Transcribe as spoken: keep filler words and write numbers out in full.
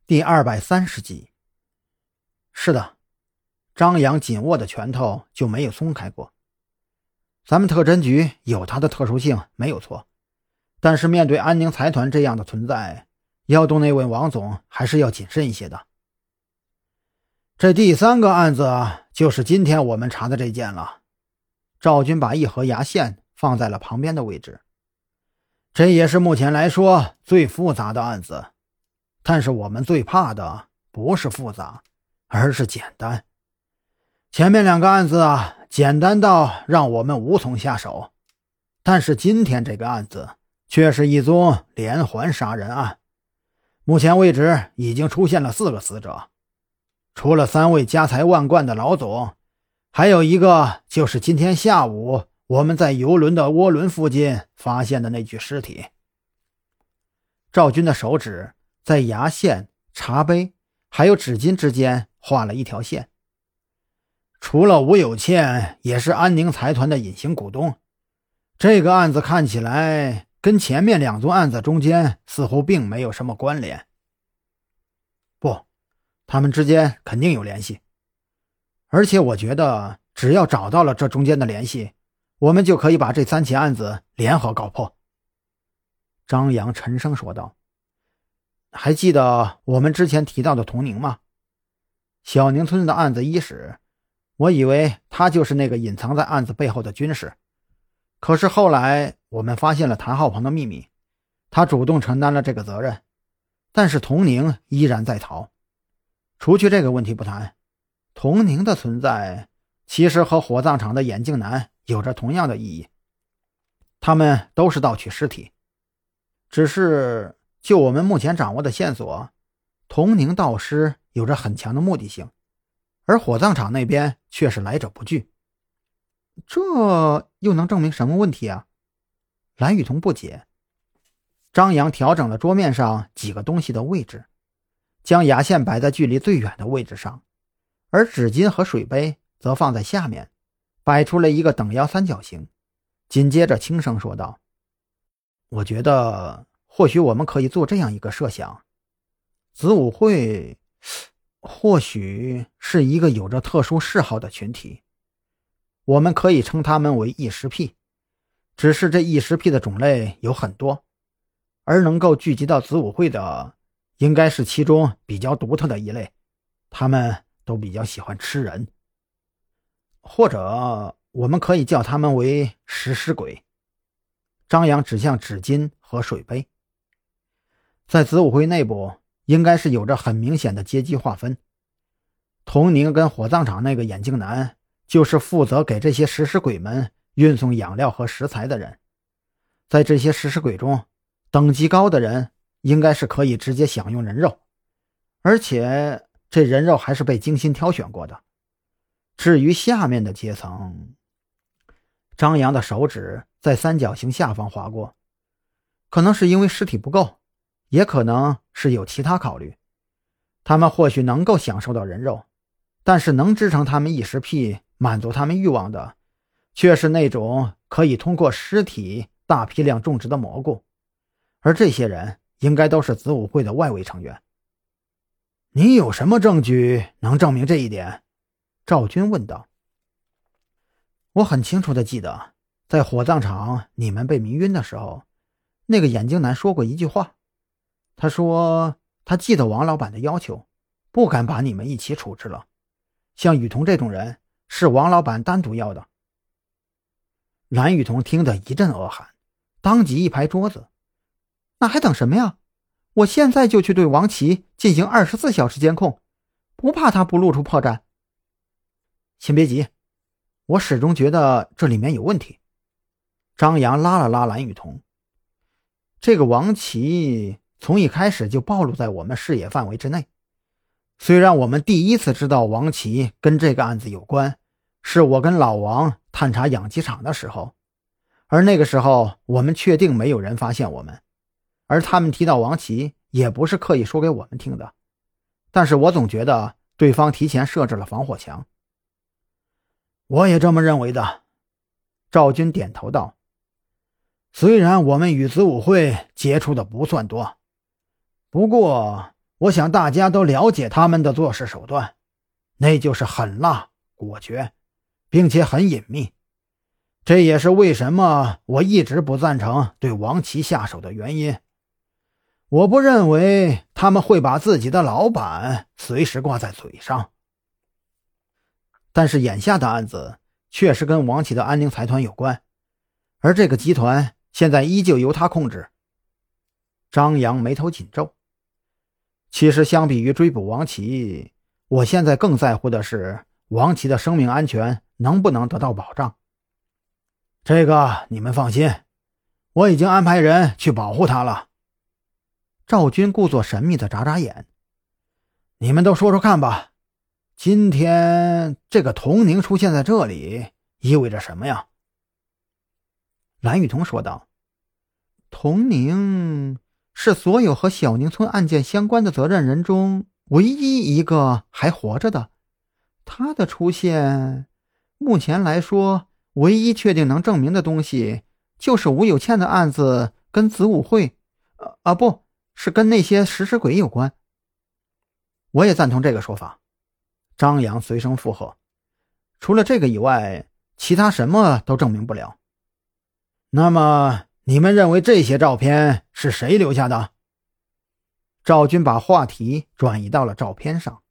第二百三十集。是的，张扬紧握的拳头就没有松开过。咱们特侦局有它的特殊性，没有错，但是面对安宁财团这样的存在，要动那位王总还是要谨慎一些的。这第三个案子就是今天我们查的这件了。赵军把一盒牙线放在了旁边的位置。这也是目前来说最复杂的案子，但是我们最怕的不是复杂，而是简单。前面两个案子啊，简单到让我们无从下手，但是今天这个案子却是一宗连环杀人案。目前为止已经出现了四个死者，除了三位家财万贯的老总，还有一个就是今天下午我们在游轮的涡轮附近发现的那具尸体。赵军的手指在牙线、茶杯还有纸巾之间画了一条线。除了吴有倩也是安宁财团的隐形股东，这个案子看起来跟前面两宗案子中间似乎并没有什么关联。不，他们之间肯定有联系，而且我觉得只要找到了这中间的联系，我们就可以把这三起案子联合搞破。张扬沉声说道。还记得我们之前提到的童宁吗？小宁村的案子伊始，我以为他就是那个隐藏在案子背后的军士，可是后来我们发现了谭浩鹏的秘密，他主动承担了这个责任，但是童宁依然在逃。除去这个问题不谈，童宁的存在其实和火葬场的眼镜男有着同样的意义，他们都是盗取尸体。只是就我们目前掌握的线索，童宁盗尸有着很强的目的性，而火葬场那边却是来者不拒。这又能证明什么问题啊？蓝雨桐不解。张扬调整了桌面上几个东西的位置，将牙线摆在距离最远的位置上，而纸巾和水杯则放在下面，摆出了一个等腰三角形。紧接着轻声说道：我觉得或许我们可以做这样一个设想，子午会或许是一个有着特殊嗜好的群体，我们可以称他们为异食癖，只是这异食癖的种类有很多，而能够聚集到子午会的应该是其中比较独特的一类，他们都比较喜欢吃人，或者我们可以叫他们为食尸鬼。张扬指向纸巾和水杯。在子午会内部应该是有着很明显的阶级划分，童宁跟火葬场那个眼镜男就是负责给这些食尸鬼们运送养料和食材的人。在这些食尸鬼中，等级高的人应该是可以直接享用人肉，而且这人肉还是被精心挑选过的。至于下面的阶层，张扬的手指在三角形下方划过，可能是因为尸体不够，也可能是有其他考虑。他们或许能够享受到人肉，但是能支撑他们异食癖满足他们欲望的，却是那种可以通过尸体大批量种植的蘑菇，而这些人应该都是子午会的外围成员。你有什么证据能证明这一点？赵军问道。我很清楚地记得，在火葬场你们被迷晕的时候，那个眼镜男说过一句话。他说他记得王老板的要求，不敢把你们一起处置了，像雨桐这种人是王老板单独要的。蓝雨桐听得一阵恶寒，当即一拍桌子：那还等什么呀？我现在就去对王琦进行二十四小时监控，不怕他不露出破绽。先别急，我始终觉得这里面有问题。张扬拉了拉蓝雨桐。这个王琦从一开始就暴露在我们视野范围之内，虽然我们第一次知道王琦跟这个案子有关，是我跟老王探查养鸡场的时候，而那个时候我们确定没有人发现我们，而他们提到王琦也不是刻意说给我们听的，但是我总觉得对方提前设置了防火墙。我也这么认为的。赵军点头道。虽然我们与子午会接触的不算多，不过我想大家都了解他们的做事手段，那就是狠辣、果决，并且很隐秘。这也是为什么我一直不赞成对王琦下手的原因。我不认为他们会把自己的老板随时挂在嘴上。但是眼下的案子确实跟王琦的安宁财团有关，而这个集团现在依旧由他控制。张扬眉头紧皱。其实相比于追捕王琦，我现在更在乎的是王琦的生命安全能不能得到保障。这个你们放心，我已经安排人去保护他了。赵军故作神秘地眨眨眼。你们都说说看吧，今天这个童宁出现在这里意味着什么呀？蓝雨桐说道。童宁是所有和小宁村案件相关的责任人中唯一一个还活着的，他的出现，目前来说唯一确定能证明的东西就是吴有倩的案子跟子午会啊啊不是跟那些食尸鬼有关。我也赞同这个说法。张扬随声附和。除了这个以外，其他什么都证明不了。那么你们认为这些照片是谁留下的？赵军把话题转移到了照片上。